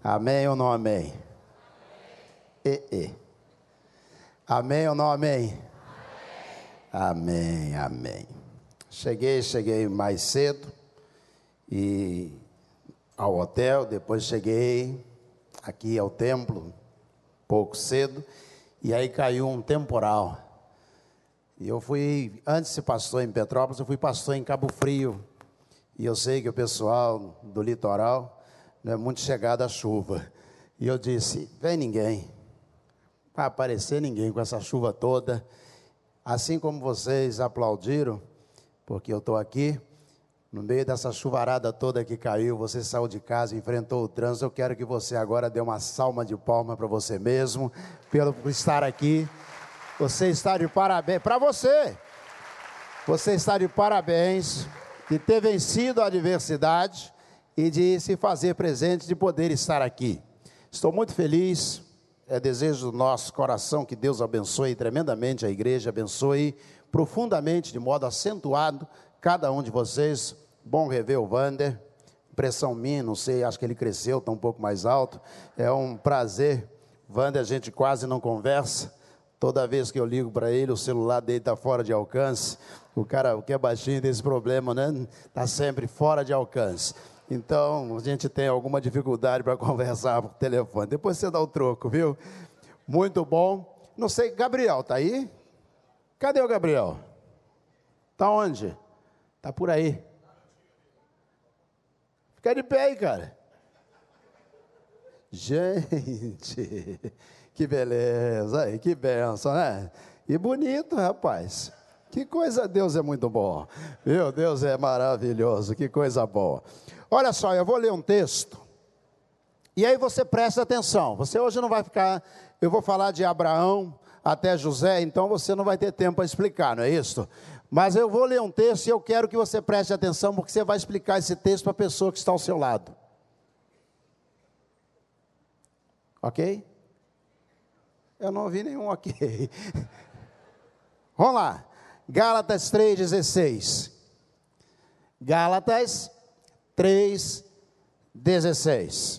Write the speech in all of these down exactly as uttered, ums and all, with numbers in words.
Amém ou não amém? E, e. Amém ou não amém? Amém, amém. Cheguei, cheguei mais cedo e ao hotel, depois cheguei aqui ao templo pouco cedo e aí caiu um temporal. E eu fui, antes de ser pastor em Petrópolis, eu fui pastor em Cabo Frio. E eu sei que o pessoal do litoral não é muito chegado à chuva. E eu disse, vem ninguém, vai aparecer ninguém com essa chuva toda. Assim como vocês aplaudiram, porque eu estou aqui, no meio dessa chuvarada toda que caiu, você saiu de casa, enfrentou o trânsito, eu quero que você agora dê uma salva de palmas para você mesmo, pelo por estar aqui. Você está de parabéns, para você, você está de parabéns, de ter vencido a adversidade e de se fazer presente, de poder estar aqui. Estou muito feliz, é desejo do nosso coração que Deus abençoe tremendamente a igreja, abençoe profundamente, de modo acentuado, cada um de vocês. Bom rever o Wander, impressão minha, não sei, acho que ele cresceu, está um pouco mais alto, é um prazer. Wander, a gente quase não conversa, toda vez que eu ligo para ele, o celular dele está fora de alcance. O cara, o que é baixinho, tem esse problema, né? Está sempre fora de alcance. Então, a gente tem alguma dificuldade para conversar por telefone. Depois você dá o troco, viu? Muito bom. Não sei, Gabriel, está aí? Cadê o Gabriel? Está onde? Está por aí. Fica de pé aí, cara. Gente, que beleza, aí, que benção, né? E bonito, rapaz. Que coisa, Deus é muito bom. Meu Deus é maravilhoso, que coisa boa. Olha só, eu vou ler um texto, e aí você presta atenção. Você hoje não vai ficar, eu vou falar de Abraão até José, então você não vai ter tempo para explicar, não é isso? Mas eu vou ler um texto e eu quero que você preste atenção, porque você vai explicar esse texto para a pessoa que está ao seu lado. Ok? Eu não ouvi nenhum ok. Vamos lá. Gálatas três, dezesseis. Gálatas três, dezesseis.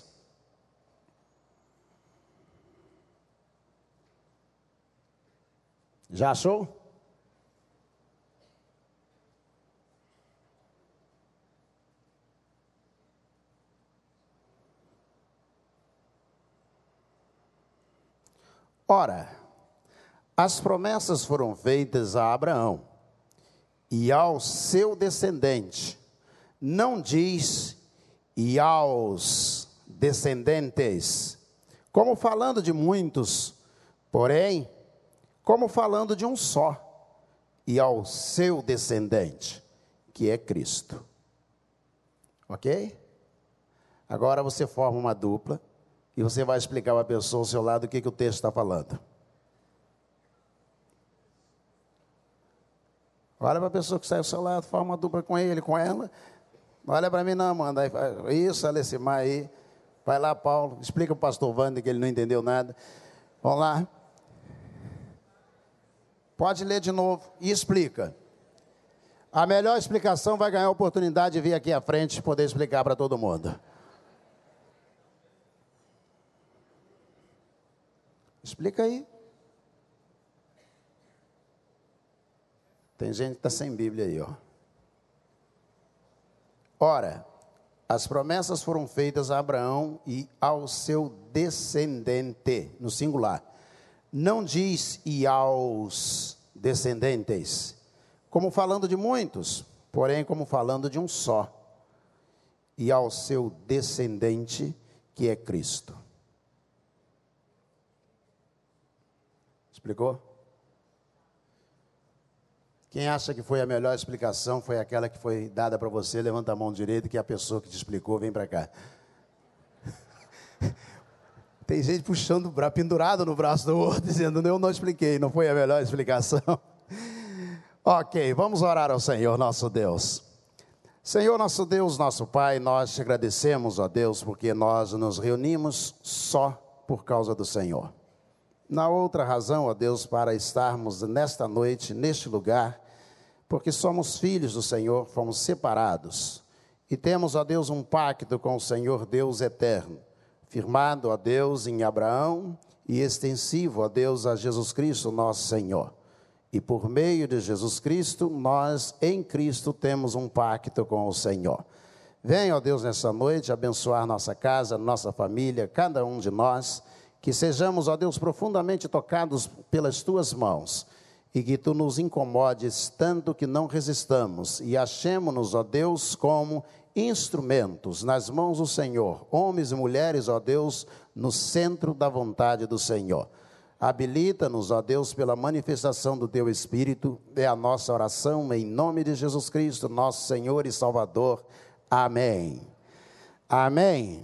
Já achou? Ora, as promessas foram feitas a Abraão e ao seu descendente. Não diz e aos descendentes, como falando de muitos, porém, como falando de um só, e ao seu descendente, que é Cristo. Ok? Agora você forma uma dupla, e você vai explicar para a pessoa ao seu lado o que, que o texto está falando. Olha para a pessoa que está ao seu lado, forma uma dupla com ele, com ela. Olha para mim não, manda. Isso, Alecimar aí. Vai lá, Paulo. Explica para o pastor Wander que ele não entendeu nada. Vamos lá. Pode ler de novo e explica. A melhor explicação vai ganhar a oportunidade de vir aqui à frente e poder explicar para todo mundo. Explica aí. Tem gente que está sem Bíblia aí, ó. Ora, as promessas foram feitas a Abraão e ao seu descendente, no singular. Não diz e aos descendentes, como falando de muitos, porém como falando de um só. E ao seu descendente, que é Cristo. Explicou? Quem acha que foi a melhor explicação foi aquela que foi dada para você, levanta a mão direita, que é a pessoa que te explicou, vem para cá. Tem gente puxando o braço, pendurado no braço do outro, dizendo, eu não expliquei, não foi a melhor explicação. Ok, vamos orar ao Senhor nosso Deus. Senhor nosso Deus, nosso Pai, nós te agradecemos, ó Deus, porque nós nos reunimos só por causa do Senhor. Na outra razão, ó Deus, para estarmos nesta noite, neste lugar, porque somos filhos do Senhor, fomos separados, e temos, ó Deus, um pacto com o Senhor Deus eterno. firmado, ó Deus, em Abraão e extensivo, ó Deus, a Jesus Cristo, nosso Senhor. E por meio de Jesus Cristo, nós em Cristo temos um pacto com o Senhor. Venha, ó Deus, nessa noite abençoar nossa casa, nossa família, cada um de nós, que sejamos, ó Deus, profundamente tocados pelas tuas mãos e que tu nos incomodes tanto que não resistamos e achemos-nos, ó Deus, como instrumentos nas mãos do Senhor, homens e mulheres, ó Deus, no centro da vontade do Senhor. Habilita-nos, ó Deus, pela manifestação do teu Espírito, é a nossa oração em nome de Jesus Cristo, nosso Senhor e Salvador. Amém. Amém.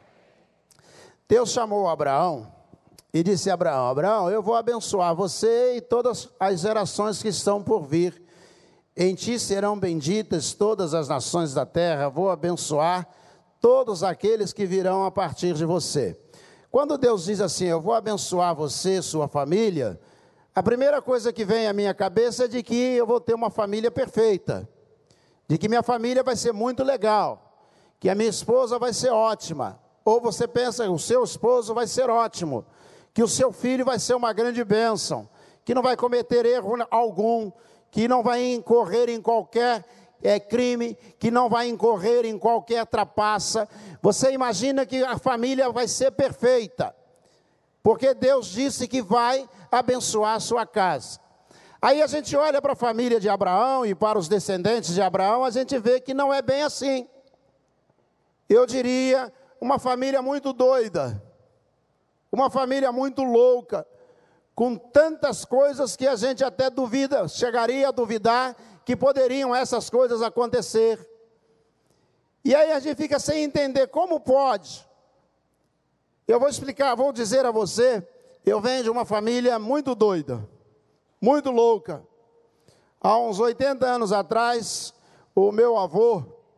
Deus chamou Abraão e disse a Abraão: Abraão, eu vou abençoar você e todas as gerações que estão por vir. Em ti serão benditas todas as nações da terra. Vou abençoar todos aqueles que virão a partir de você. Quando Deus diz assim, eu vou abençoar você, sua família, a primeira coisa que vem à minha cabeça é de que eu vou ter uma família perfeita, de que minha família vai ser muito legal, que a minha esposa vai ser ótima, ou você pensa, o seu esposo vai ser ótimo, que o seu filho vai ser uma grande bênção, que não vai cometer erro algum, que não vai incorrer em qualquer é, crime, que não vai incorrer em qualquer trapaça. Você imagina que a família vai ser perfeita, porque Deus disse que vai abençoar a sua casa. Aí a gente olha para a família de Abraão e para os descendentes de Abraão, a gente vê que não é bem assim. Eu diria, uma família muito doida, uma família muito louca, com tantas coisas que a gente até duvida, chegaria a duvidar que poderiam essas coisas acontecer. E aí a gente fica sem entender como pode. Eu vou explicar, vou dizer a você, eu venho de uma família muito doida, muito louca. Há uns oitenta anos atrás, o meu avô,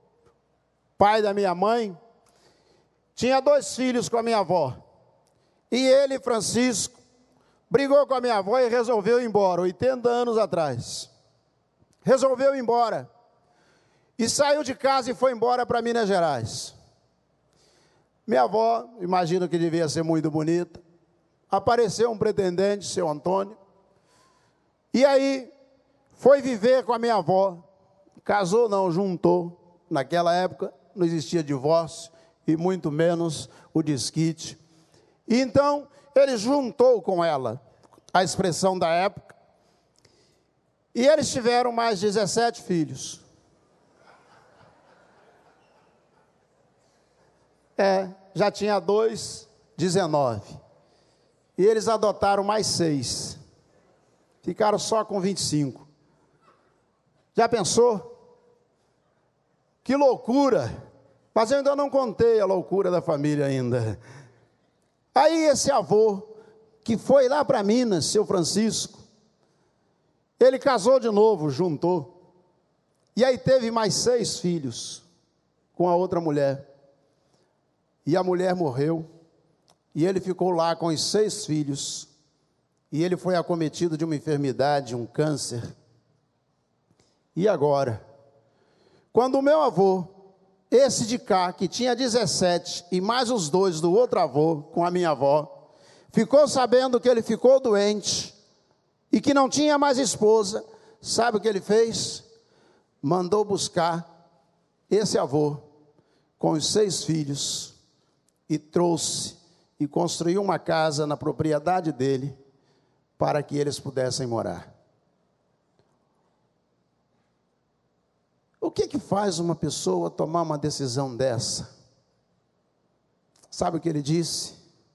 pai da minha mãe, tinha dois filhos com a minha avó. E ele, Francisco, brigou com a minha avó e resolveu ir embora, oitenta anos atrás. Resolveu ir embora. E saiu de casa e foi embora para Minas Gerais. Minha avó, imagino que devia ser muito bonita, apareceu um pretendente, seu Antônio, e aí foi viver com a minha avó. Casou não, juntou. Naquela época não existia divórcio e muito menos o desquite. E então ele juntou com ela, a expressão da época, e eles tiveram mais dezessete filhos. É, já tinha dois, dezenove. E eles adotaram mais seis. Ficaram só com vinte e cinco. Já pensou? Que loucura! Mas eu ainda não contei a loucura da família ainda. Aí esse avô, que foi lá para Minas, seu Francisco, ele casou de novo, juntou. E aí teve mais seis filhos com a outra mulher. E a mulher morreu, e ele ficou lá com os seis filhos, e ele foi acometido de uma enfermidade, um câncer. E agora, quando o meu avô, esse de cá, que tinha dezessete, e mais os dois do outro avô, com a minha avó, ficou sabendo que ele ficou doente, e que não tinha mais esposa, sabe o que ele fez? Mandou buscar esse avô, com os seis filhos, e trouxe e construiu uma casa na propriedade dele para que eles pudessem morar. O que que faz uma pessoa tomar uma decisão dessa? Sabe o que ele disse?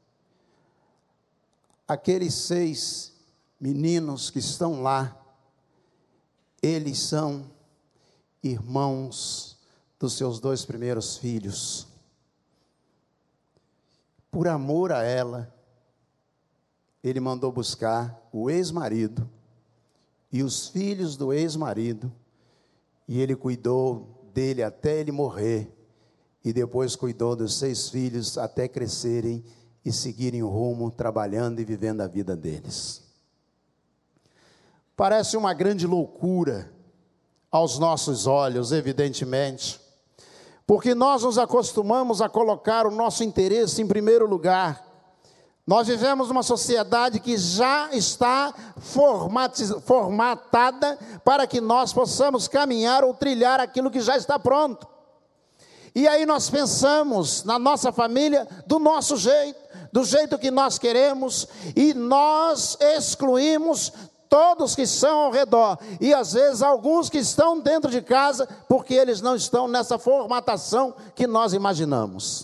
Aqueles seis meninos que estão lá, eles são irmãos dos seus dois primeiros filhos. Por amor a ela, ele mandou buscar o ex-marido e os filhos do ex-marido, e ele cuidou dele até ele morrer, e depois cuidou dos seis filhos até crescerem e seguirem o rumo, trabalhando e vivendo a vida deles. Parece uma grande loucura aos nossos olhos, evidentemente, porque nós nos acostumamos a colocar o nosso interesse em primeiro lugar. Nós vivemos numa sociedade que já está formatada para que nós possamos caminhar ou trilhar aquilo que já está pronto. E aí nós pensamos na nossa família do nosso jeito, do jeito que nós queremos, e nós excluímos todos que estão ao redor, e às vezes alguns que estão dentro de casa, porque eles não estão nessa formatação que nós imaginamos.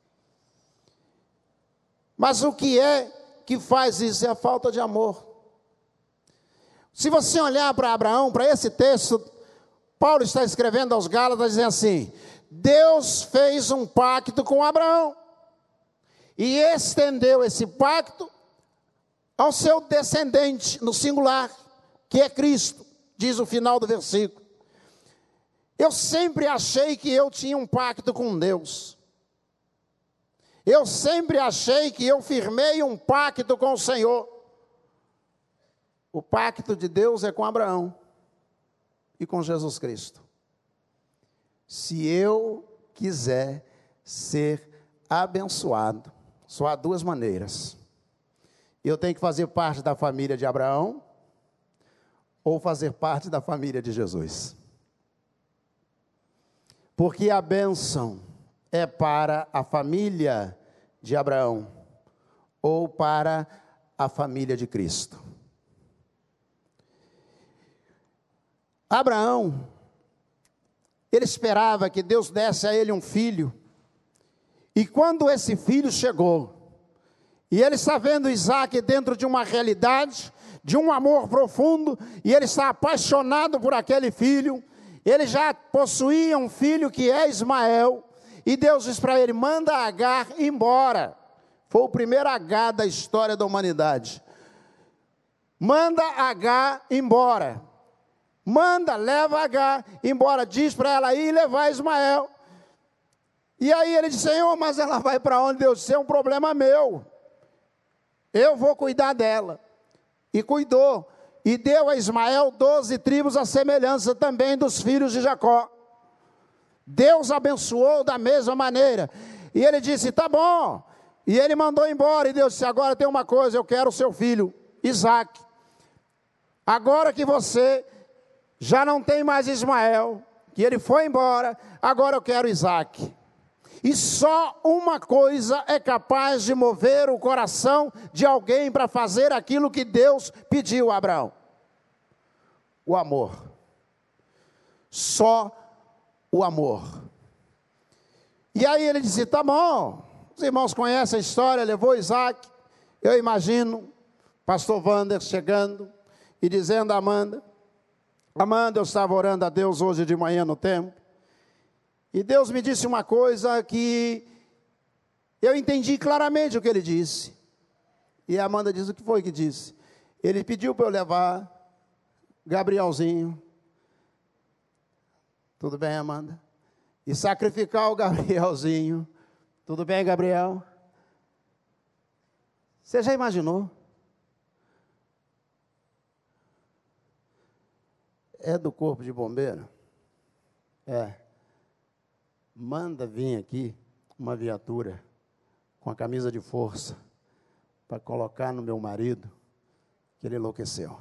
Mas o que é que faz isso? É a falta de amor. Se você olhar para Abraão, para esse texto, Paulo está escrevendo aos Gálatas, dizendo assim: Deus fez um pacto com Abraão, e estendeu esse pacto ao seu descendente, no singular, que é Cristo, diz o final do versículo. Eu sempre achei que eu tinha um pacto com Deus. Eu sempre achei que eu firmei um pacto com o Senhor. O pacto de Deus é com Abraão e com Jesus Cristo. Se eu quiser ser abençoado, só há duas maneiras. Eu tenho que fazer parte da família de Abraão ou fazer parte da família de Jesus. Porque a bênção é para a família de Abraão ou para a família de Cristo. Abraão, ele esperava que Deus desse a ele um filho, e quando esse filho chegou, e ele está vendo Isaac dentro de uma realidade, de um amor profundo, e ele está apaixonado por aquele filho. Ele já possuía um filho que é Ismael, e Deus diz para ele: manda Agar embora. Foi o primeiro Agar da história da humanidade. Manda Agar embora. Manda, leva Agar embora. Diz para ela ir levar Ismael. E aí ele diz: Senhor, mas ela vai para onde? Deus disse: é um problema meu. Eu vou cuidar dela. E cuidou. E deu a Ismael doze tribos, a semelhança também dos filhos de Jacó. Deus abençoou da mesma maneira. E ele disse: tá bom. E ele mandou embora. E Deus disse: agora tem uma coisa, eu quero o seu filho, Isaac. Agora que você já não tem mais Ismael, que ele foi embora, agora eu quero Isaac. E só uma coisa é capaz de mover o coração de alguém para fazer aquilo que Deus pediu a Abraão: o amor. Só o amor. E aí ele disse: tá bom, os irmãos conhecem a história, levou Isaac. Eu imagino pastor Wander chegando e dizendo a Amanda: Amanda, eu estava orando a Deus hoje de manhã no templo, e Deus me disse uma coisa que eu entendi claramente o que ele disse. E a Amanda diz: o que foi que disse? Ele pediu para eu levar Gabrielzinho. Tudo bem, Amanda? E sacrificar o Gabrielzinho. Tudo bem, Gabriel? Você já imaginou? É do corpo de bombeiro? É. Manda vir aqui uma viatura com a camisa de força para colocar no meu marido, que ele enlouqueceu.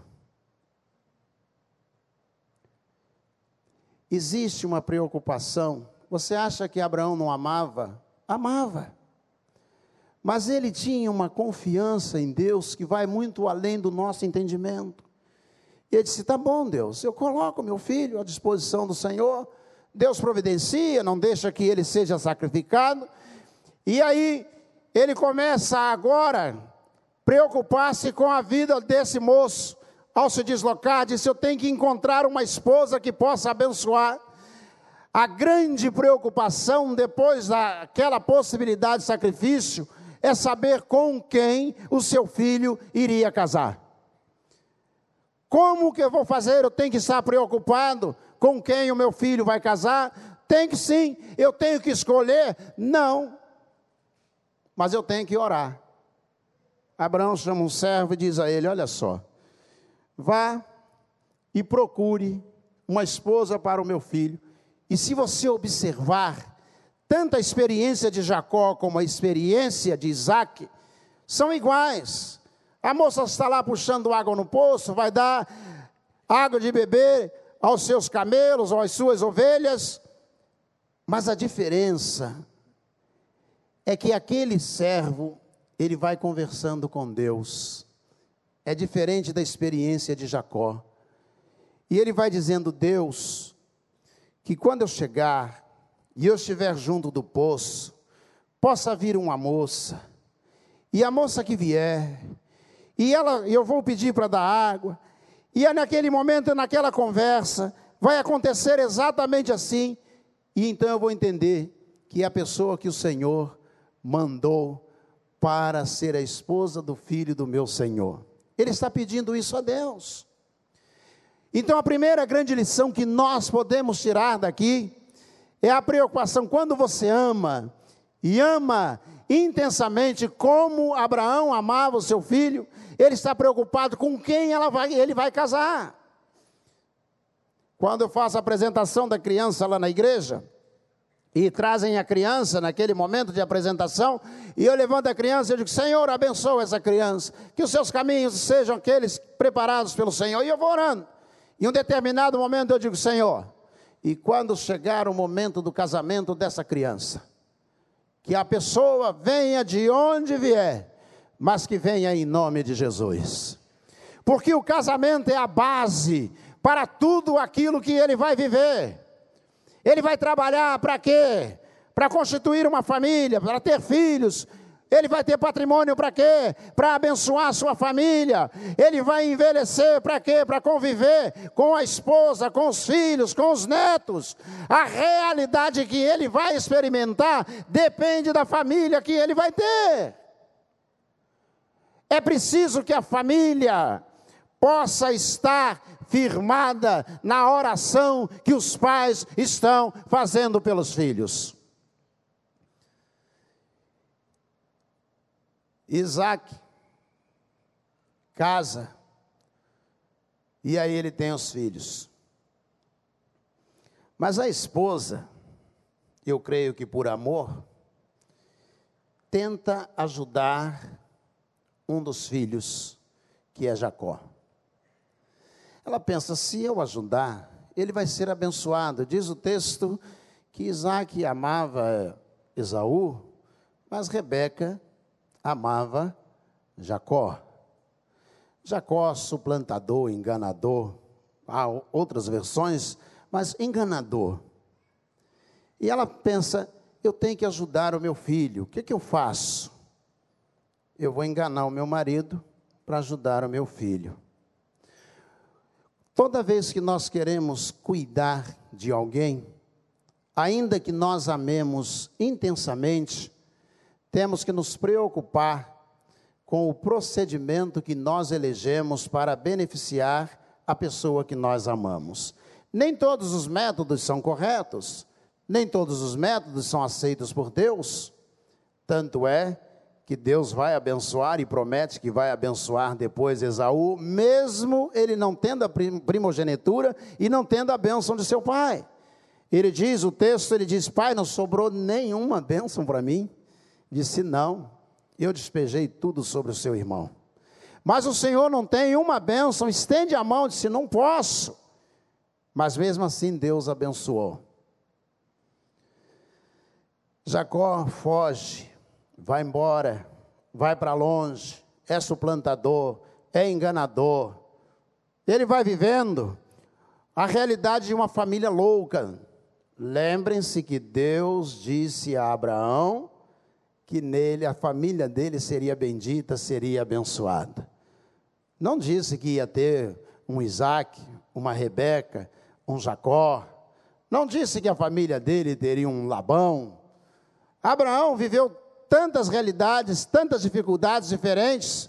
Existe uma preocupação. Você acha que Abraão não amava? Amava. Mas ele tinha uma confiança em Deus que vai muito além do nosso entendimento. E ele disse: tá bom, Deus, eu coloco meu filho à disposição do Senhor. Deus providencia, não deixa que ele seja sacrificado. E aí ele começa agora a preocupar-se com a vida desse moço. Ao se deslocar, disse: eu tenho que encontrar uma esposa que possa abençoar. A grande preocupação depois daquela possibilidade de sacrifício é saber com quem o seu filho iria casar. Como que eu vou fazer? Eu tenho que estar preocupado com quem o meu filho vai casar? Tem que sim. Eu tenho que escolher? Não. Mas eu tenho que orar. Abraão chama um servo e diz a ele: olha só, vá e procure uma esposa para o meu filho. E se você observar, Tanto a experiência de Jacó como a experiência de Isaac são iguais. A moça está lá puxando água no poço, vai dar água de beber aos seus camelos ou às suas ovelhas, mas a diferença é que aquele servo, ele vai conversando com Deus. É diferente da experiência de Jacó. E ele vai dizendo: Deus, que quando eu chegar e eu estiver junto do poço, possa vir uma moça, e a moça que vier, e ela, eu vou pedir para dar água, e é naquele momento, naquela conversa, vai acontecer exatamente assim, e então eu vou entender que é a pessoa que o Senhor mandou para ser a esposa do filho do meu Senhor. Ele está pedindo isso a Deus. Então a primeira grande lição que nós podemos tirar daqui é a preocupação. Quando você ama, e ama intensamente como Abraão amava o seu filho, ele está preocupado com quem ela vai, ele vai casar. Quando eu faço a apresentação da criança lá na igreja, e trazem a criança naquele momento de apresentação, e eu levanto a criança e eu digo: Senhor, abençoa essa criança, que os seus caminhos sejam aqueles preparados pelo Senhor, e eu vou orando. Em um determinado momento eu digo: Senhor, e quando chegar o momento do casamento dessa criança, que a pessoa venha de onde vier, mas que venha em nome de Jesus, porque o casamento é a base para tudo aquilo que ele vai viver. Ele vai trabalhar para quê? Para constituir uma família, para ter filhos. Ele vai ter patrimônio para quê? Para abençoar a sua família. Ele vai envelhecer para quê? Para conviver com a esposa, com os filhos, com os netos. A realidade que ele vai experimentar depende da família que ele vai ter. É preciso que a família possa estar firmada na oração que os pais estão fazendo pelos filhos. Isaac casa, e aí ele tem os filhos. Mas a esposa, eu creio que por amor, tenta ajudar um dos filhos, que é Jacó. Ela pensa: se eu ajudar, ele vai ser abençoado. Diz o texto que Isaac amava Esaú, mas Rebeca amava Jacó. Jacó, suplantador, enganador, há outras versões, mas enganador. E ela pensa: eu tenho que ajudar o meu filho, o que, que eu faço? Eu vou enganar o meu marido para ajudar o meu filho. Toda vez que nós queremos cuidar de alguém, ainda que nós amemos intensamente, temos que nos preocupar com o procedimento que nós elegemos para beneficiar a pessoa que nós amamos. Nem todos os métodos são corretos, nem todos os métodos são aceitos por Deus, tanto é que Deus vai abençoar e promete que vai abençoar depois Esaú, mesmo ele não tendo a primogenitura e não tendo a bênção de seu pai. Ele diz, o texto, ele diz: pai, não sobrou nenhuma bênção para mim. Disse: não, eu despejei tudo sobre o seu irmão. Mas o Senhor não tem uma bênção, estende a mão, disse: não posso. Mas mesmo assim Deus abençoou. Jacó foge, vai embora, vai para longe, é suplantador, é enganador. Ele vai vivendo a realidade de uma família louca. Lembrem-se que Deus disse a Abraão que nele, a família dele seria bendita, seria abençoada. Não disse que ia ter um Isaac, uma Rebeca, um Jacó. Não disse que a família dele teria um Labão. Abraão viveu tantas realidades, tantas dificuldades diferentes.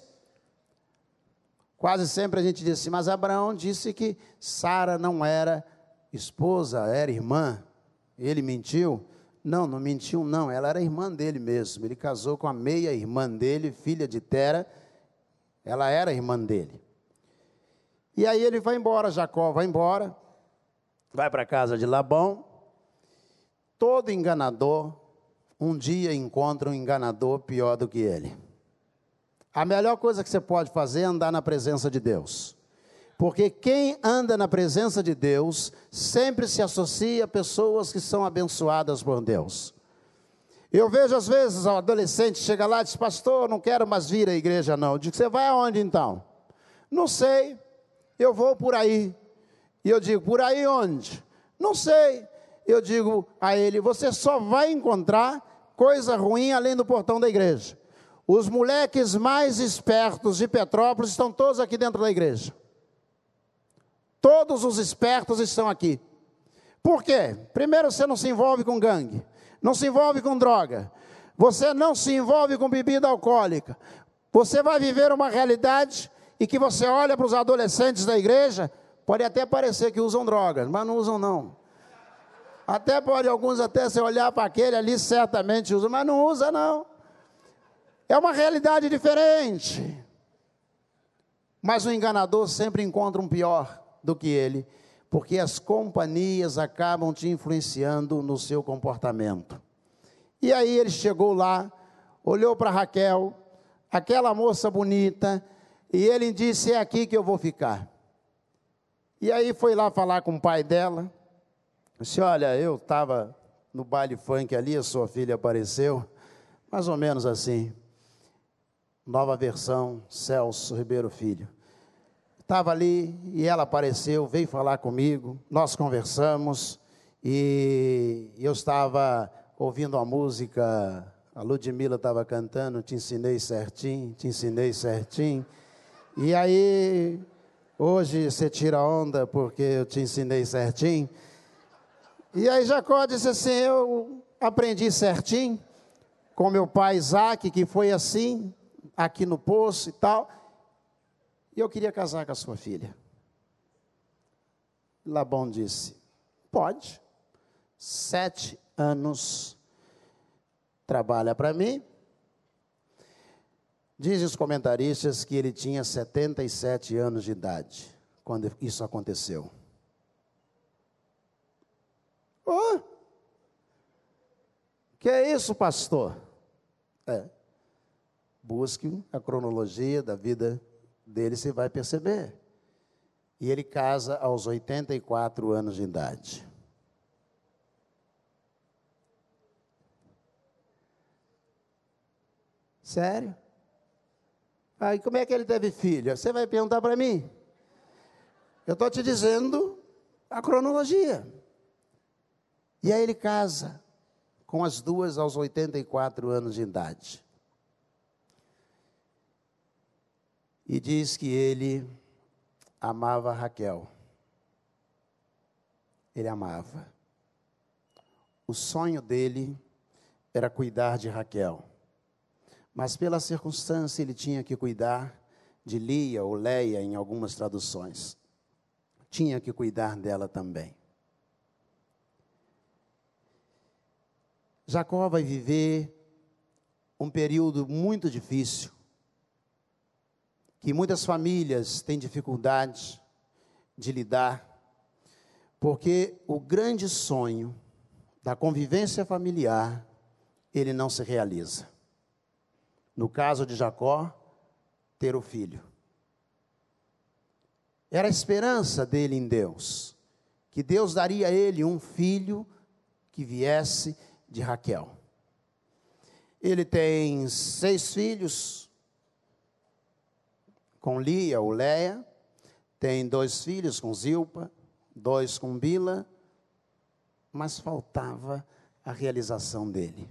Quase sempre a gente diz assim: mas Abraão disse que Sara não era esposa, era irmã. Ele mentiu? Não, não mentiu não, ela era irmã dele mesmo. Ele casou com a meia-irmã dele, filha de Tera. Ela era irmã dele. E aí ele vai embora, Jacó vai embora, vai para a casa de Labão, todo enganador, um dia encontra um enganador pior do que ele. A melhor coisa que você pode fazer é andar na presença de Deus. Porque quem anda na presença de Deus sempre se associa a pessoas que são abençoadas por Deus. Eu vejo às vezes o adolescente chega lá e diz: pastor, não quero mais vir à igreja não. Eu digo: você vai aonde então? Não sei, eu vou por aí. E eu digo: por aí onde? Não sei. Eu digo a ele: você só vai encontrar coisa ruim além do portão da igreja. Os moleques mais espertos de Petrópolis estão todos aqui dentro da igreja. Todos os espertos estão aqui. Por quê? Primeiro, você não se envolve com gangue, não se envolve com droga, você não se envolve com bebida alcoólica. Você vai viver uma realidade e que você olha para os adolescentes da igreja, pode até parecer que usam drogas, mas não usam não. Até pode alguns até se olhar para aquele ali, certamente usa, mas não usa não. É uma realidade diferente. Mas o enganador sempre encontra um pior do que ele, porque as companhias acabam te influenciando no seu comportamento. E aí ele chegou lá, olhou para Raquel, aquela moça bonita, e ele disse: é aqui que eu vou ficar. E aí foi lá falar com o pai dela, disse: olha, eu estava no baile funk ali, a sua filha apareceu, mais ou menos assim, nova versão, Celso Ribeiro Filho. Estava ali e ela apareceu, veio falar comigo, nós conversamos e eu estava ouvindo a música, a Ludmilla estava cantando, te ensinei certinho, te ensinei certinho. E aí, hoje você tira onda porque eu te ensinei certinho. E aí Jacó disse assim: eu aprendi certinho com meu pai Isaac, que foi assim, aqui no poço e tal. E eu queria casar com a sua filha. Labão disse: pode. Sete anos trabalha para mim. Dizem os comentaristas que ele tinha setenta e sete anos de idade quando isso aconteceu. Oh, que é isso, pastor? É, busque a cronologia da vida dele, você vai perceber. E ele casa aos oitenta e quatro anos de idade. Sério? Aí como é que ele teve filho? Você vai perguntar para mim? Eu estou te dizendo a cronologia. E aí ele casa com as duas aos oitenta e quatro anos de idade. E diz que ele amava Raquel. Ele amava. O sonho dele era cuidar de Raquel. Mas pela circunstância ele tinha que cuidar de Lia ou Leia em algumas traduções. Tinha que cuidar dela também. Jacó vai viver um período muito difícil, que muitas famílias têm dificuldade de lidar, porque o grande sonho da convivência familiar, ele não se realiza. No caso de Jacó, ter o filho. Era a esperança dele em Deus, que Deus daria a ele um filho que viesse de Raquel. Ele tem seis filhos, com Lia ou Leia, tem dois filhos com Zilpa, dois com Bila, mas faltava a realização dele.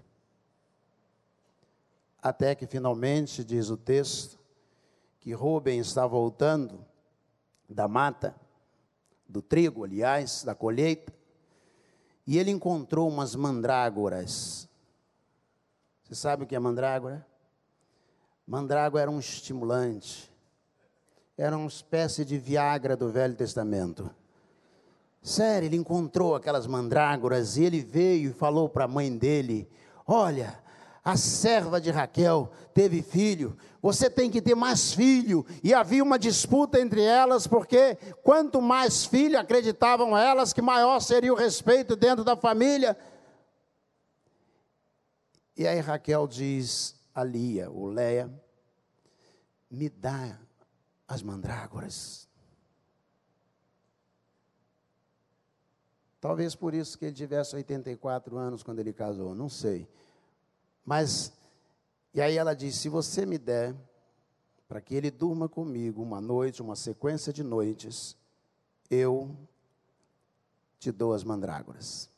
Até que finalmente, diz o texto, que Rúben está voltando da mata, do trigo, aliás, da colheita, e ele encontrou umas mandrágoras. Você sabe o que é mandrágora? Mandrágora era um estimulante, era uma espécie de Viagra do Velho Testamento. Sério, ele encontrou aquelas mandrágoras e ele veio e falou para a mãe dele: olha, a serva de Raquel teve filho, você tem que ter mais filho. E havia uma disputa entre elas, porque quanto mais filho acreditavam elas, que maior seria o respeito dentro da família. E aí Raquel diz a Lia, o Leia, me dá as mandrágoras. Talvez por isso que ele tivesse oitenta e quatro anos quando ele casou, não sei. Mas, e aí ela diz, se você me der, para que ele durma comigo uma noite, uma sequência de noites, eu te dou as mandrágoras.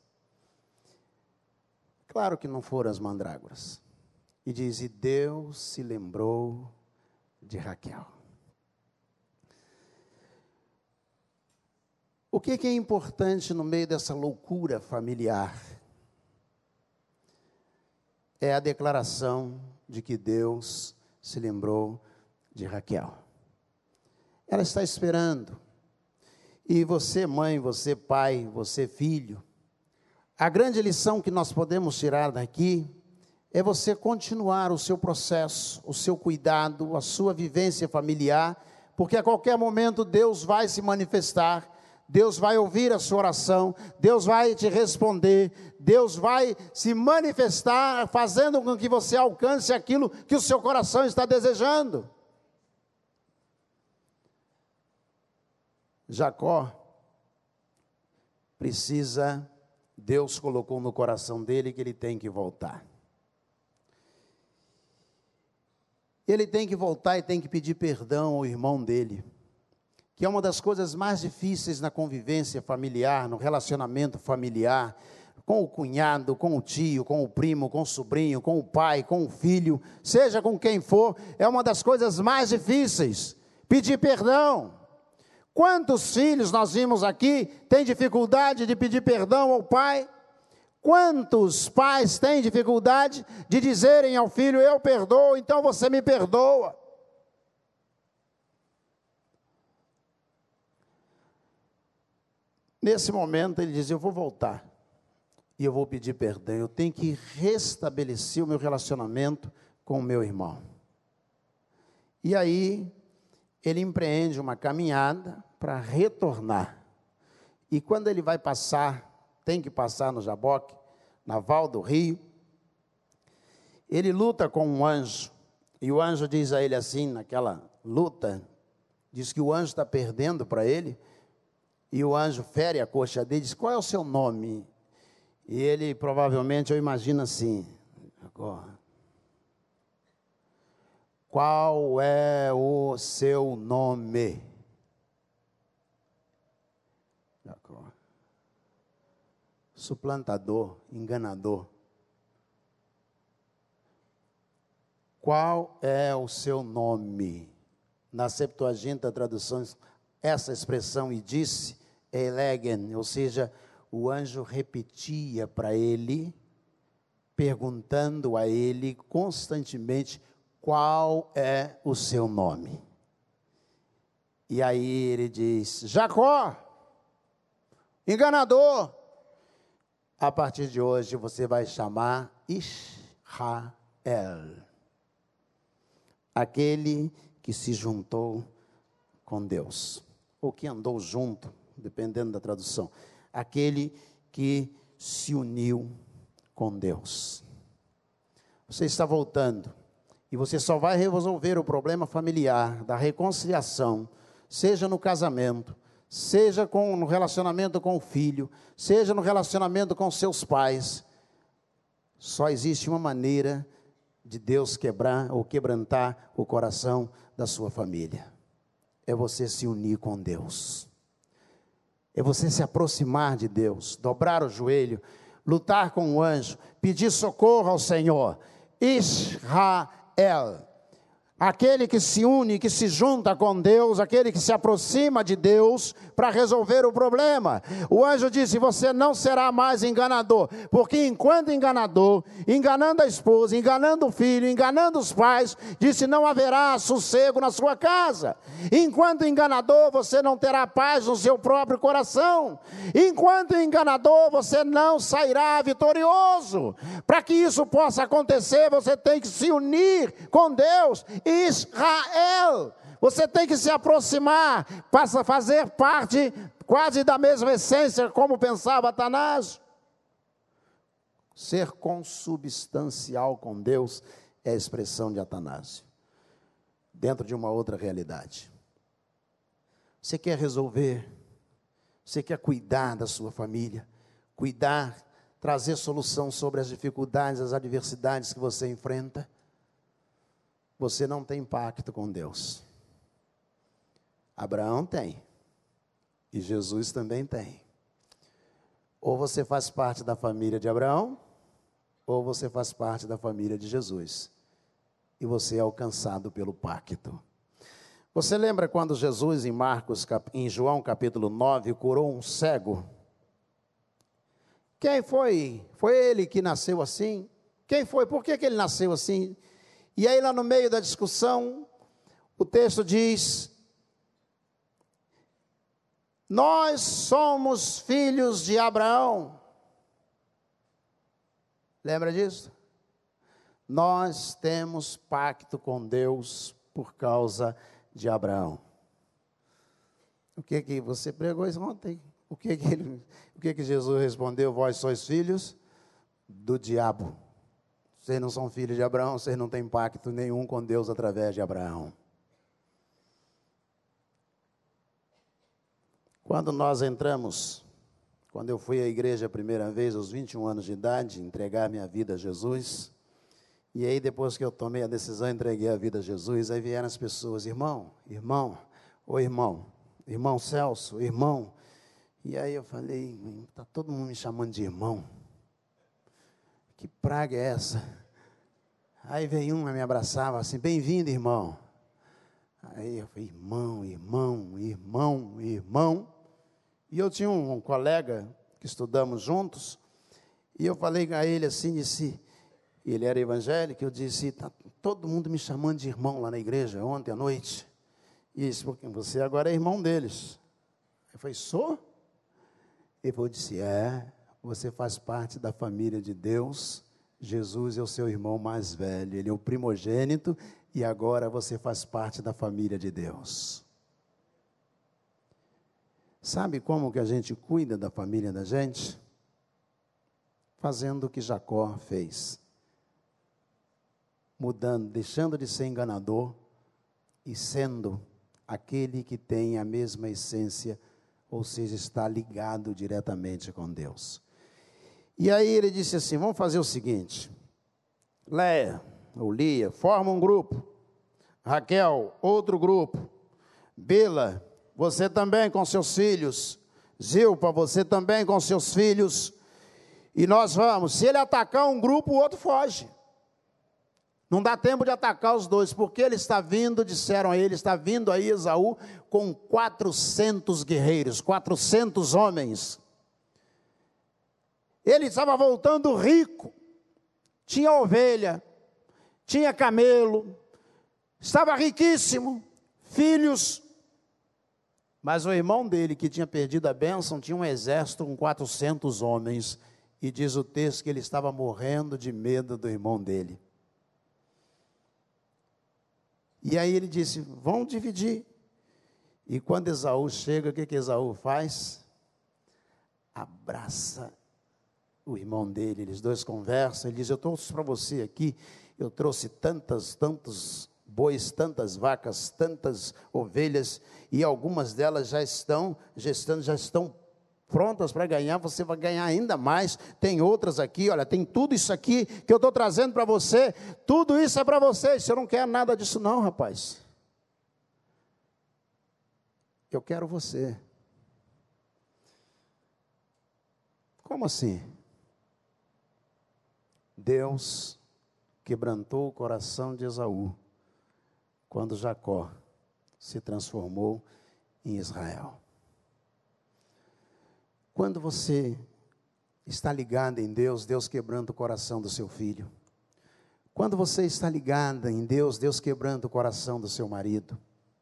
Claro que não foram as mandrágoras. E diz, e Deus se lembrou de Raquel. O que, que é importante no meio dessa loucura familiar? É a declaração de que Deus se lembrou de Raquel. Ela está esperando. E você, mãe, você, pai, você, filho, a grande lição que nós podemos tirar daqui é você continuar o seu processo, o seu cuidado, a sua vivência familiar, porque a qualquer momento Deus vai se manifestar, Deus vai ouvir a sua oração, Deus vai te responder, Deus vai se manifestar, fazendo com que você alcance aquilo que o seu coração está desejando. Jacó precisa, Deus colocou no coração dele que ele tem que voltar. Ele tem que voltar e tem que pedir perdão ao irmão dele, que é uma das coisas mais difíceis na convivência familiar, no relacionamento familiar, com o cunhado, com o tio, com o primo, com o sobrinho, com o pai, com o filho, seja com quem for, é uma das coisas mais difíceis, pedir perdão. Quantos filhos nós vimos aqui têm dificuldade de pedir perdão ao pai? Quantos pais têm dificuldade de dizerem ao filho, eu perdoo, então você me perdoa? Nesse momento ele diz, eu vou voltar e eu vou pedir perdão, eu tenho que restabelecer o meu relacionamento com o meu irmão. E aí ele empreende uma caminhada para retornar. E quando ele vai passar, tem que passar no Jaboque, na Val do Rio, ele luta com um anjo, e o anjo diz a ele assim, naquela luta, diz que o anjo está perdendo para ele, e o anjo fere a coxa dele, diz, qual é o seu nome? E ele provavelmente, eu imagino assim, agora, qual é o seu nome? Suplantador, enganador. Qual é o seu nome? Na Septuaginta traduções, essa expressão, e disse, elegen, ou seja, o anjo repetia para ele, perguntando a ele constantemente, qual é o seu nome? E aí ele diz, Jacó, enganador, a partir de hoje você vai chamar Israel, aquele que se juntou com Deus, ou que andou junto, dependendo da tradução, aquele que se uniu com Deus. Você está voltando, e você só vai resolver o problema familiar, da reconciliação, seja no casamento, seja com, no relacionamento com o filho, seja no relacionamento com seus pais. Só existe uma maneira de Deus quebrar ou quebrantar o coração da sua família. É você se unir com Deus. É você se aproximar de Deus, dobrar o joelho, lutar com o anjo, pedir socorro ao Senhor. Israel. Aquele que se une, que se junta com Deus, aquele que se aproxima de Deus para resolver o problema. O anjo disse, você não será mais enganador, porque enquanto enganador, enganando a esposa, enganando o filho, enganando os pais, disse, não haverá sossego na sua casa. Enquanto enganador, você não terá paz no seu próprio coração. Enquanto enganador, você não sairá vitorioso. Para que isso possa acontecer, você tem que se unir com Deus. Israel, você tem que se aproximar, passa a fazer parte quase da mesma essência como pensava Atanásio. Ser consubstancial com Deus é a expressão de Atanásio, dentro de uma outra realidade. Você quer resolver, você quer cuidar da sua família, cuidar, trazer solução sobre as dificuldades, as adversidades que você enfrenta, você não tem pacto com Deus. Abraão tem, e Jesus também tem. Ou você faz parte da família de Abraão, ou você faz parte da família de Jesus, e você é alcançado pelo pacto. Você lembra quando Jesus, em Marcos, em João capítulo nove, curou um cego? Quem foi? Foi ele que nasceu assim? Quem foi? Por que que ele nasceu assim? E aí lá no meio da discussão, o texto diz: nós somos filhos de Abraão. Lembra disso? Nós temos pacto com Deus por causa de Abraão. O que que você pregou isso ontem? O que que, ele, o que que Jesus respondeu? Vós sois filhos do diabo. Vocês não são filhos de Abraão, vocês não têm pacto nenhum com Deus através de Abraão. Quando nós entramos, quando eu fui à igreja a primeira vez, aos vinte e um anos de idade, entregar minha vida a Jesus, e aí depois que eu tomei a decisão, entreguei a vida a Jesus, aí vieram as pessoas: irmão, irmão, ô irmão, irmão Celso, irmão. E aí eu falei: está todo mundo me chamando de irmão. Que praga é essa? Aí veio um, me abraçava assim: bem-vindo, irmão. Aí eu falei: irmão, irmão, irmão, irmão. E eu tinha um, um colega que estudamos juntos, e eu falei a ele assim, disse, ele era evangélico, eu disse: está todo mundo me chamando de irmão lá na igreja, ontem à noite. E disse: porque você agora é irmão deles. Eu falei: sou? Ele falou, disse: é, você faz parte da família de Deus, Jesus é o seu irmão mais velho, ele é o primogênito, e agora você faz parte da família de Deus. Sabe como que a gente cuida da família da gente? Fazendo o que Jacó fez. Mudando, deixando de ser enganador e sendo aquele que tem a mesma essência, ou seja, está ligado diretamente com Deus. E aí ele disse assim: vamos fazer o seguinte, Léa ou Lia, forma um grupo, Raquel, outro grupo, Bila, você também com seus filhos, Zilpa, você também com seus filhos, e nós vamos. Se ele atacar um grupo, o outro foge. Não dá tempo de atacar os dois, porque ele está vindo, disseram a ele, está vindo aí Esaú com quatrocentos guerreiros, quatrocentos homens. Ele estava voltando rico, tinha ovelha, tinha camelo, estava riquíssimo, filhos. Mas o irmão dele, que tinha perdido a bênção, tinha um exército com quatrocentos homens, e diz o texto que ele estava morrendo de medo do irmão dele. E aí ele disse: vão dividir. E quando Esaú chega, o que que Esaú faz? Abraça o irmão dele, eles dois conversam, ele diz: eu trouxe para você aqui, eu trouxe tantas, tantos bois, tantas vacas, tantas ovelhas, e algumas delas já estão gestando, já estão prontas para ganhar, você vai ganhar ainda mais, tem outras aqui, olha, tem tudo isso aqui que eu estou trazendo para você, tudo isso é para você, você não quer nada disso não, rapaz. Eu quero você. Como assim? Deus quebrantou o coração de Esaú quando Jacó se transformou em Israel. Quando você está ligado em Deus, Deus quebranta o coração do seu filho. Quando você está ligada em Deus, Deus quebranta o coração do seu marido.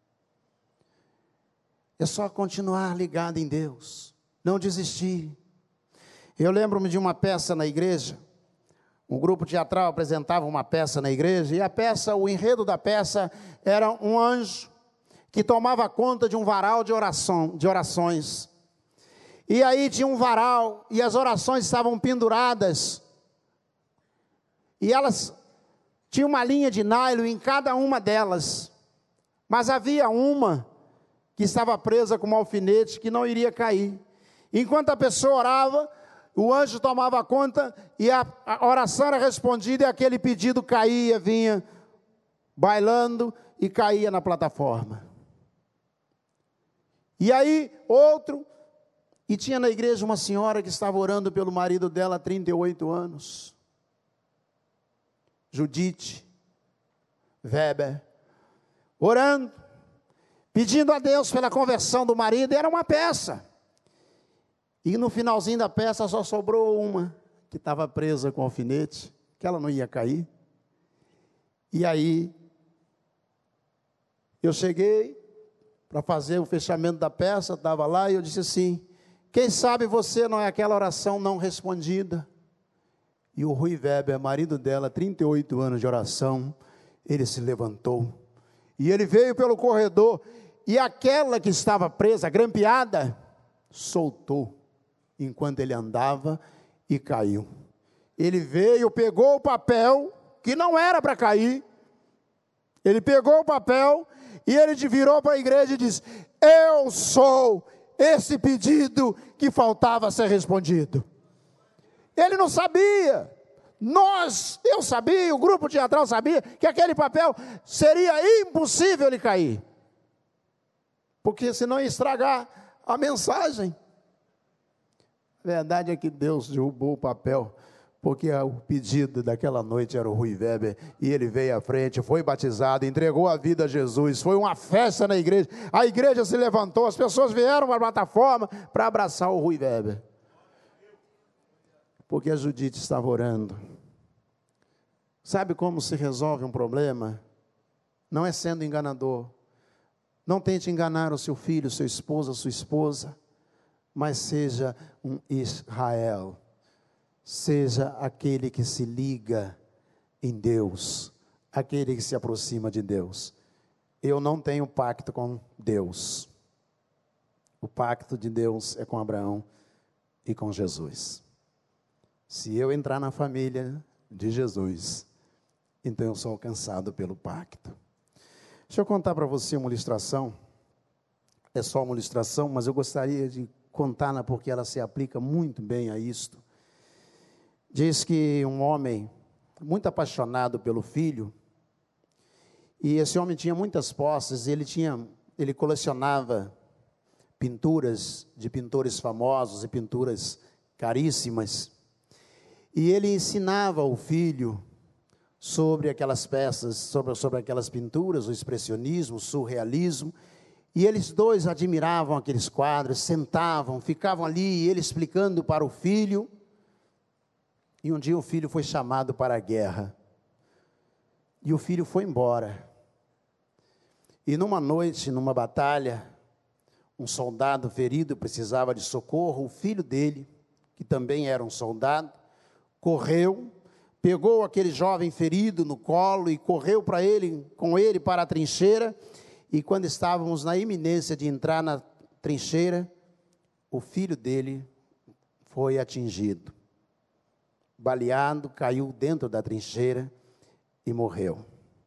É só continuar ligado em Deus, não desistir. Eu lembro-me de uma peça na igreja, um grupo teatral apresentava uma peça na igreja, e a peça, o enredo da peça era um anjo que tomava conta de um varal de oração, de orações. E aí tinha um varal, e as orações estavam penduradas e elas tinham uma linha de nylon em cada uma delas, mas havia uma que estava presa com um alfinete que não iria cair. Enquanto a pessoa orava, o anjo tomava conta e a, a oração era respondida e aquele pedido caía, vinha bailando e caía na plataforma. E aí, outro, e tinha na igreja uma senhora que estava orando pelo marido dela há trinta e oito anos. Judite Weber, orando, pedindo a Deus pela conversão do marido, e era uma peça. E no finalzinho da peça só sobrou uma, que estava presa com alfinete, que ela não ia cair. E aí, eu cheguei para fazer o fechamento da peça, estava lá, e eu disse assim, quem sabe você não é aquela oração não respondida? E o Rui Weber, marido dela, trinta e oito anos de oração, ele se levantou, e ele veio pelo corredor, e aquela que estava presa, grampeada, soltou, enquanto ele andava e caiu. Ele veio, pegou o papel, que não era para cair, ele pegou o papel, e ele virou para a igreja e disse, eu sou esse pedido que faltava ser respondido. Ele não sabia, nós, eu sabia, o grupo teatral sabia, que aquele papel seria impossível ele cair, porque senão ia estragar a mensagem. A verdade é que Deus derrubou o papel, porque o pedido daquela noite era o Rui Weber, e ele veio à frente, foi batizado, entregou a vida a Jesus, foi uma festa na igreja, a igreja se levantou, as pessoas vieram para a plataforma para abraçar o Rui Weber, porque a Judite estava orando. Sabe como se resolve um problema? Não é sendo enganador, não tente enganar o seu filho, seu esposo, a sua esposa, mas seja um Israel, seja aquele que se liga em Deus, aquele que se aproxima de Deus. Eu não tenho pacto com Deus, o pacto de Deus é com Abraão e com Jesus. Se eu entrar na família de Jesus, então eu sou alcançado pelo pacto. Deixa eu contar para você uma ilustração, é só uma ilustração, mas eu gostaria de contá-la porque ela se aplica muito bem a isto. Diz que um homem muito apaixonado pelo filho, e esse homem tinha muitas posses, ele, tinha, ele colecionava pinturas de pintores famosos e pinturas caríssimas, e ele ensinava o filho sobre aquelas peças, sobre, sobre aquelas pinturas, o expressionismo, o surrealismo, e eles dois admiravam aqueles quadros, sentavam, ficavam ali, e ele explicando para o filho. E um dia o filho foi chamado para a guerra, e o filho foi embora, e numa noite, numa batalha, um soldado ferido precisava de socorro, o filho dele, que também era um soldado, correu, pegou aquele jovem ferido no colo e correu para ele, com ele para a trincheira, e quando estávamos na iminência de entrar na trincheira, o filho dele foi atingido. Baleado, caiu dentro da trincheira e morreu.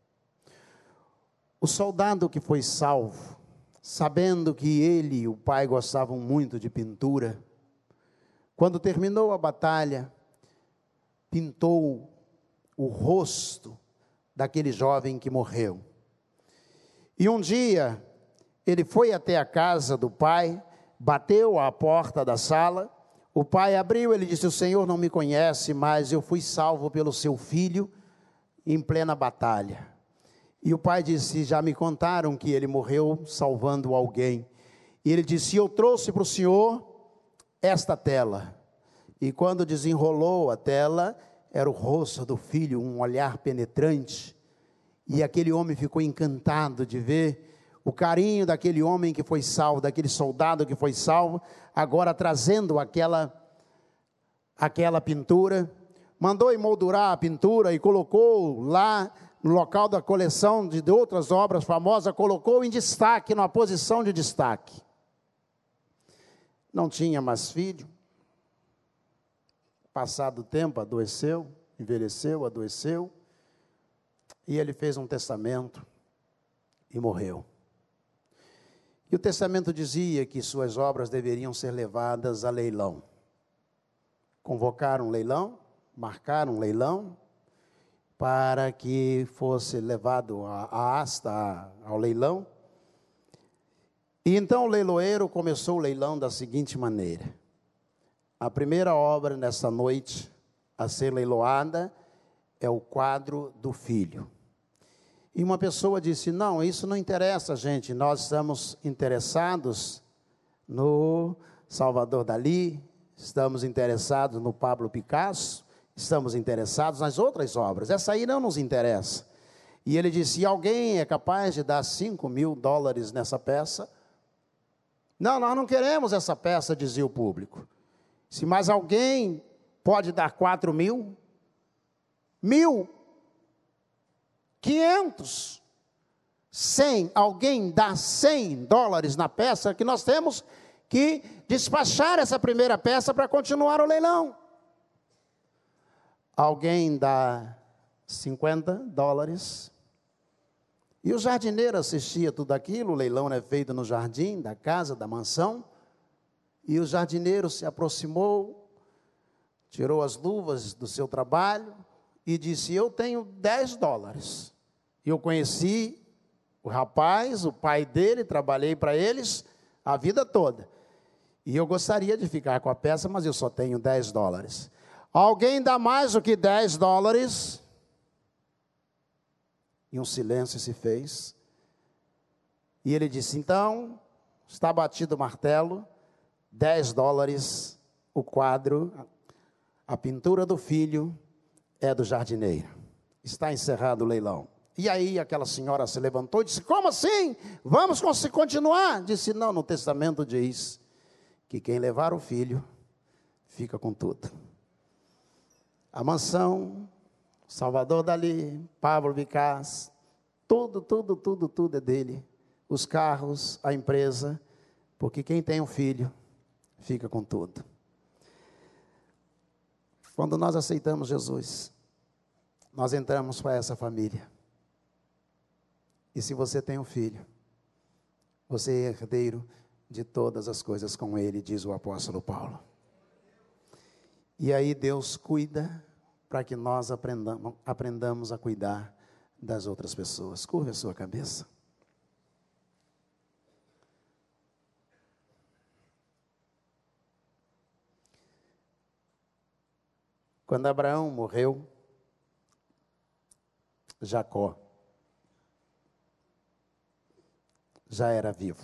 O soldado que foi salvo, sabendo que ele e o pai gostavam muito de pintura, quando terminou a batalha, pintou o rosto daquele jovem que morreu. E um dia, ele foi até a casa do pai, bateu à porta da sala, o pai abriu, ele disse, o Senhor não me conhece, mas eu fui salvo pelo seu filho em plena batalha. E o pai disse, já me contaram que ele morreu salvando alguém. E ele disse, eu trouxe para o senhor esta tela. E quando desenrolou a tela, era o rosto do filho, um olhar penetrante. E aquele homem ficou encantado de ver o carinho daquele homem que foi salvo, daquele soldado que foi salvo, agora trazendo aquela, aquela pintura, mandou emoldurar a pintura e colocou lá no local da coleção de, de outras obras famosas, colocou em destaque, numa posição de destaque. Não tinha mais filho, passado o tempo, adoeceu, envelheceu, adoeceu, e ele fez um testamento e morreu. E o testamento dizia que suas obras deveriam ser levadas a leilão. Convocaram um leilão, marcaram um leilão, para que fosse levado a, a asta a, ao leilão. E então o leiloeiro começou o leilão da seguinte maneira: a primeira obra nessa noite a ser leiloada é o quadro do filho. E uma pessoa disse: não, isso não interessa, gente, nós estamos interessados no Salvador Dalí, estamos interessados no Pablo Picasso, estamos interessados nas outras obras, essa aí não nos interessa. E ele disse: e alguém é capaz de dar cinco mil dólares nessa peça? Não, nós não queremos essa peça, dizia o público. Se mais alguém pode dar quatro mil? Mil? Quinhentos? Cem? Alguém dá cem dólares na peça, que nós temos que despachar essa primeira peça para continuar o leilão. Alguém dá cinquenta dólares. E o jardineiro assistia tudo aquilo, o leilão é feito no jardim da casa, da mansão. E o jardineiro se aproximou, tirou as luvas do seu trabalho e disse: eu tenho dez dólares. Eu conheci o rapaz, o pai dele, trabalhei para eles a vida toda. E eu gostaria de ficar com a peça, mas eu só tenho dez dólares. Alguém dá mais do que dez dólares? E um silêncio se fez. E ele disse: então, está batido o martelo, dez dólares, o quadro, a pintura do filho é do jardineiro. Está encerrado o leilão. E aí aquela senhora se levantou e disse: como assim? Vamos continuar? Disse: não, no testamento diz que quem levar o filho fica com tudo. A mansão, Salvador Dalí, Pablo Picasso, tudo, tudo, tudo, tudo é dele. Os carros, a empresa, porque quem tem um filho fica com tudo. Quando nós aceitamos Jesus, nós entramos para essa família. E se você tem um filho, você é herdeiro de todas as coisas com ele, diz o apóstolo Paulo. E aí Deus cuida para que nós aprendamos, aprendamos a cuidar das outras pessoas. Curva a sua cabeça. Quando Abraão morreu, Jacó já era vivo.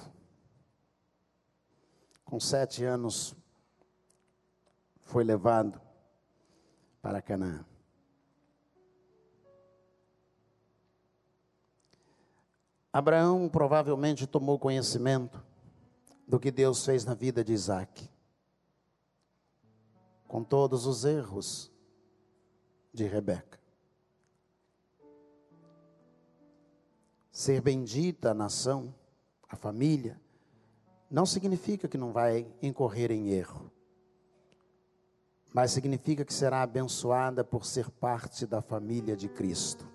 Com sete anos, foi levado para Canaã. Abraão provavelmente tomou conhecimento do que Deus fez na vida de Isaque, com todos os erros de Rebeca. Ser bendita a nação, a família, não significa que não vai incorrer em erro, mas significa que será abençoada por ser parte da família de Cristo.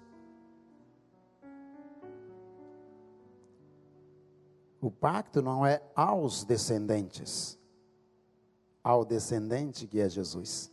O pacto não é aos descendentes, ao descendente que é Jesus.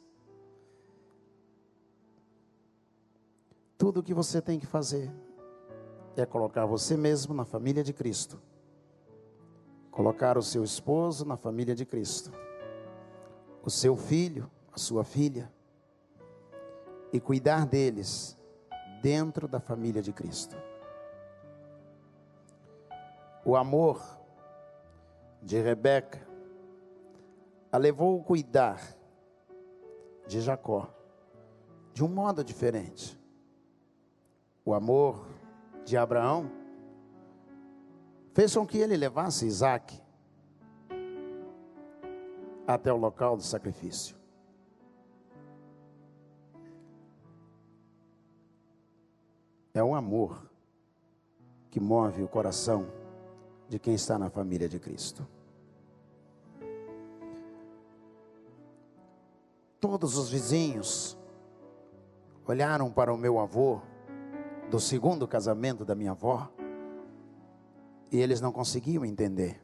Tudo o que você tem que fazer é colocar você mesmo na família de Cristo, colocar o seu esposo na família de Cristo, o seu filho, a sua filha, e cuidar deles dentro da família de Cristo. O amor de Rebeca a levou a cuidar de Jacó de um modo diferente. O amor de Abraão fez com que ele levasse Isaque até o local do sacrifício. É um amor que move o coração de quem está na família de Cristo. Todos os vizinhos olharam para o meu avô, do segundo casamento da minha avó, e eles não conseguiam entender.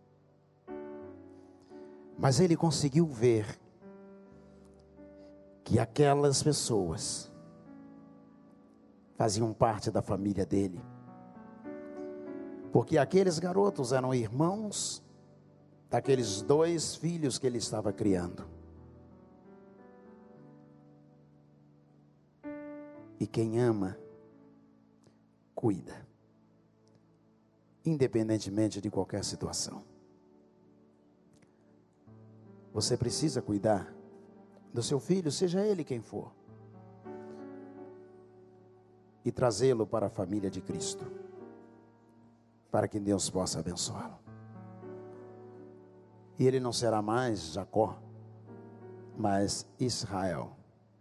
Mas ele conseguiu ver que aquelas pessoas faziam parte da família dele, porque aqueles garotos eram irmãos daqueles dois filhos que ele estava criando. E quem ama, cuida, independentemente de qualquer situação. Você precisa cuidar do seu filho, seja ele quem for, e trazê-lo para a família de Cristo, para que Deus possa abençoá-lo. E ele não será mais Jacó, mas Israel.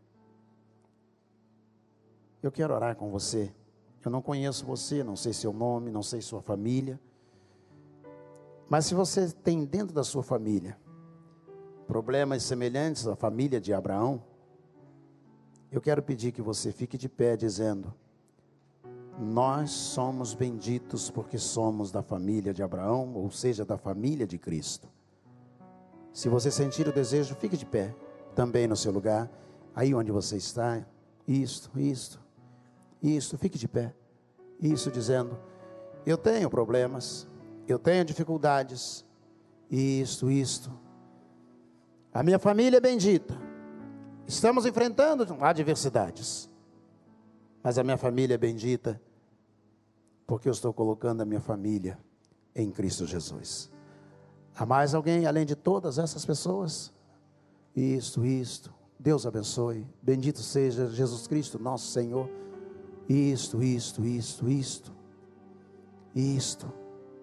Eu quero orar com você. Eu não conheço você, não sei seu nome, não sei sua família, mas se você tem dentro da sua família problemas semelhantes à família de Abraão, eu quero pedir que você fique de pé dizendo: nós somos benditos porque somos da família de Abraão, ou seja, da família de Cristo. Se você sentir o desejo, fique de pé, também no seu lugar, aí onde você está. Isto, isto, isto, fique de pé. Isso, dizendo: eu tenho problemas, eu tenho dificuldades, isto, isto. A minha família é bendita. Estamos enfrentando adversidades, mas a minha família é bendita porque eu estou colocando a minha família em Cristo Jesus. Há mais alguém além de todas essas pessoas? Isto, isto. Deus abençoe. Bendito seja Jesus Cristo, nosso Senhor. Isto, isto, isto, isto. Isto.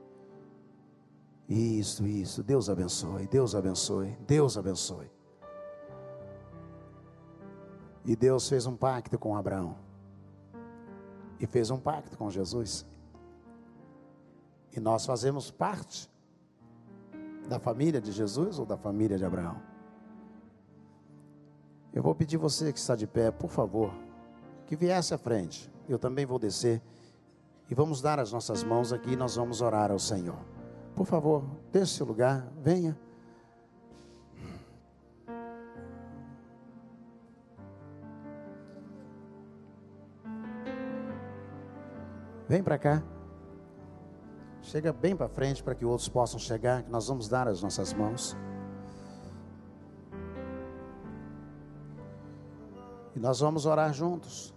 Isto, isso. Deus abençoe, Deus abençoe, Deus abençoe. E Deus fez um pacto com Abraão. E fez um pacto com Jesus. E nós fazemos parte da família de Jesus ou da família de Abraão. Eu vou pedir você que está de pé, por favor, que viesse à frente. Eu também vou descer. E vamos dar as nossas mãos aqui e nós vamos orar ao Senhor. Por favor, deixe seu lugar, venha. Vem para cá. Chega bem para frente para que outros possam chegar, que nós vamos dar as nossas mãos. E nós vamos orar juntos.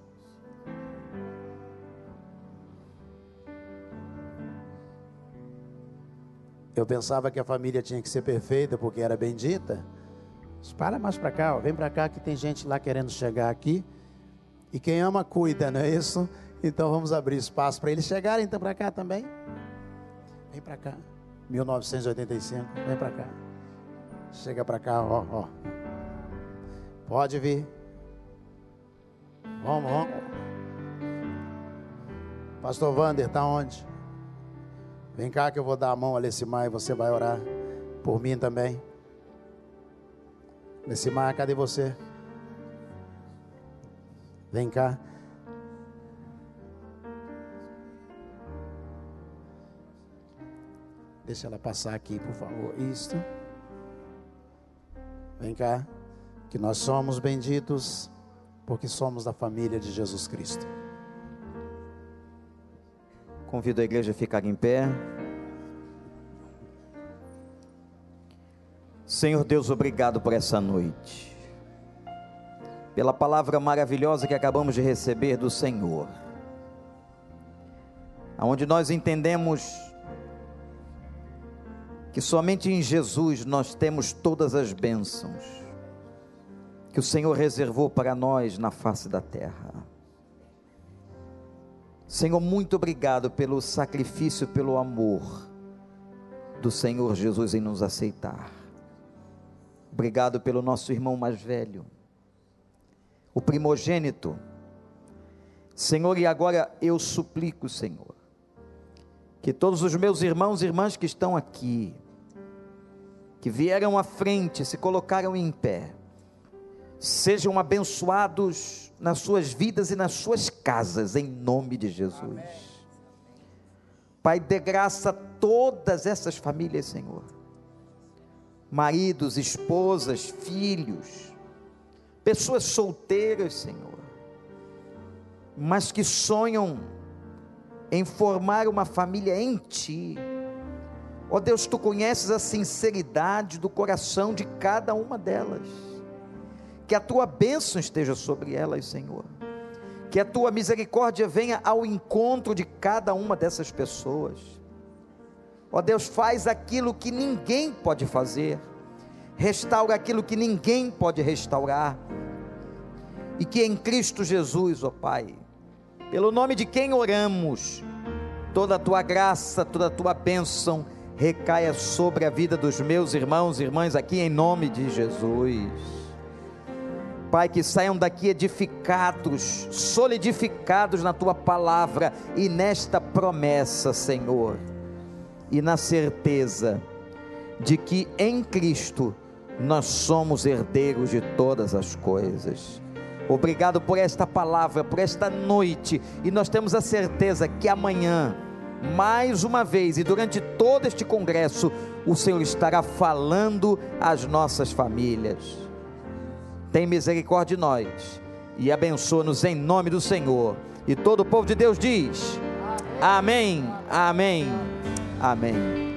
Eu pensava que a família tinha que ser perfeita porque era bendita. Mas para mais para cá, ó. Vem para cá que tem gente lá querendo chegar aqui. E quem ama cuida, não é isso? Então vamos abrir espaço para eles chegarem então para cá também. Vem para cá. mil novecentos e oitenta e cinco, vem para cá. Chega para cá, ó, ó. Pode vir. Vamos, vamos. Pastor Wander, está onde? Vem cá que eu vou dar a mão a Lecimar e você vai orar por mim também. Lecimar, cadê você? Vem cá. Deixa ela passar aqui, por favor. Isto. Vem cá. Que nós somos benditos porque somos da família de Jesus Cristo. Convido a igreja a ficar em pé. Senhor Deus, obrigado por essa noite, pela palavra maravilhosa que acabamos de receber do Senhor, onde nós entendemos que somente em Jesus nós temos todas as bênçãos que o Senhor reservou para nós na face da terra. Senhor, muito obrigado pelo sacrifício, pelo amor do Senhor Jesus em nos aceitar. Obrigado pelo nosso irmão mais velho, o primogênito. Senhor, e agora eu suplico, Senhor, que todos os meus irmãos e irmãs que estão aqui, que vieram à frente, se colocaram em pé, sejam abençoados nas suas vidas e nas suas casas, em nome de Jesus. Amém. Pai, dê graça a todas essas famílias, Senhor, maridos, esposas, filhos, pessoas solteiras, Senhor, mas que sonham em formar uma família em Ti. Ó Deus, Tu conheces a sinceridade do coração de cada uma delas. Que a Tua bênção esteja sobre elas, Senhor. Que a Tua misericórdia venha ao encontro de cada uma dessas pessoas. Ó Deus, faz aquilo que ninguém pode fazer. Restaura aquilo que ninguém pode restaurar. E que em Cristo Jesus, ó Pai, pelo nome de quem oramos, toda a Tua graça, toda a Tua bênção recaia sobre a vida dos meus irmãos e irmãs aqui, em nome de Jesus. Pai, que saiam daqui edificados, solidificados na Tua palavra e nesta promessa, Senhor, e na certeza de que em Cristo nós somos herdeiros de todas as coisas. Obrigado por esta palavra, por esta noite, e nós temos a certeza que amanhã, mais uma vez, e durante todo este congresso, o Senhor estará falando às nossas famílias. Tem misericórdia de nós e abençoa-nos em nome do Senhor. E todo o povo de Deus diz: amém, amém, amém.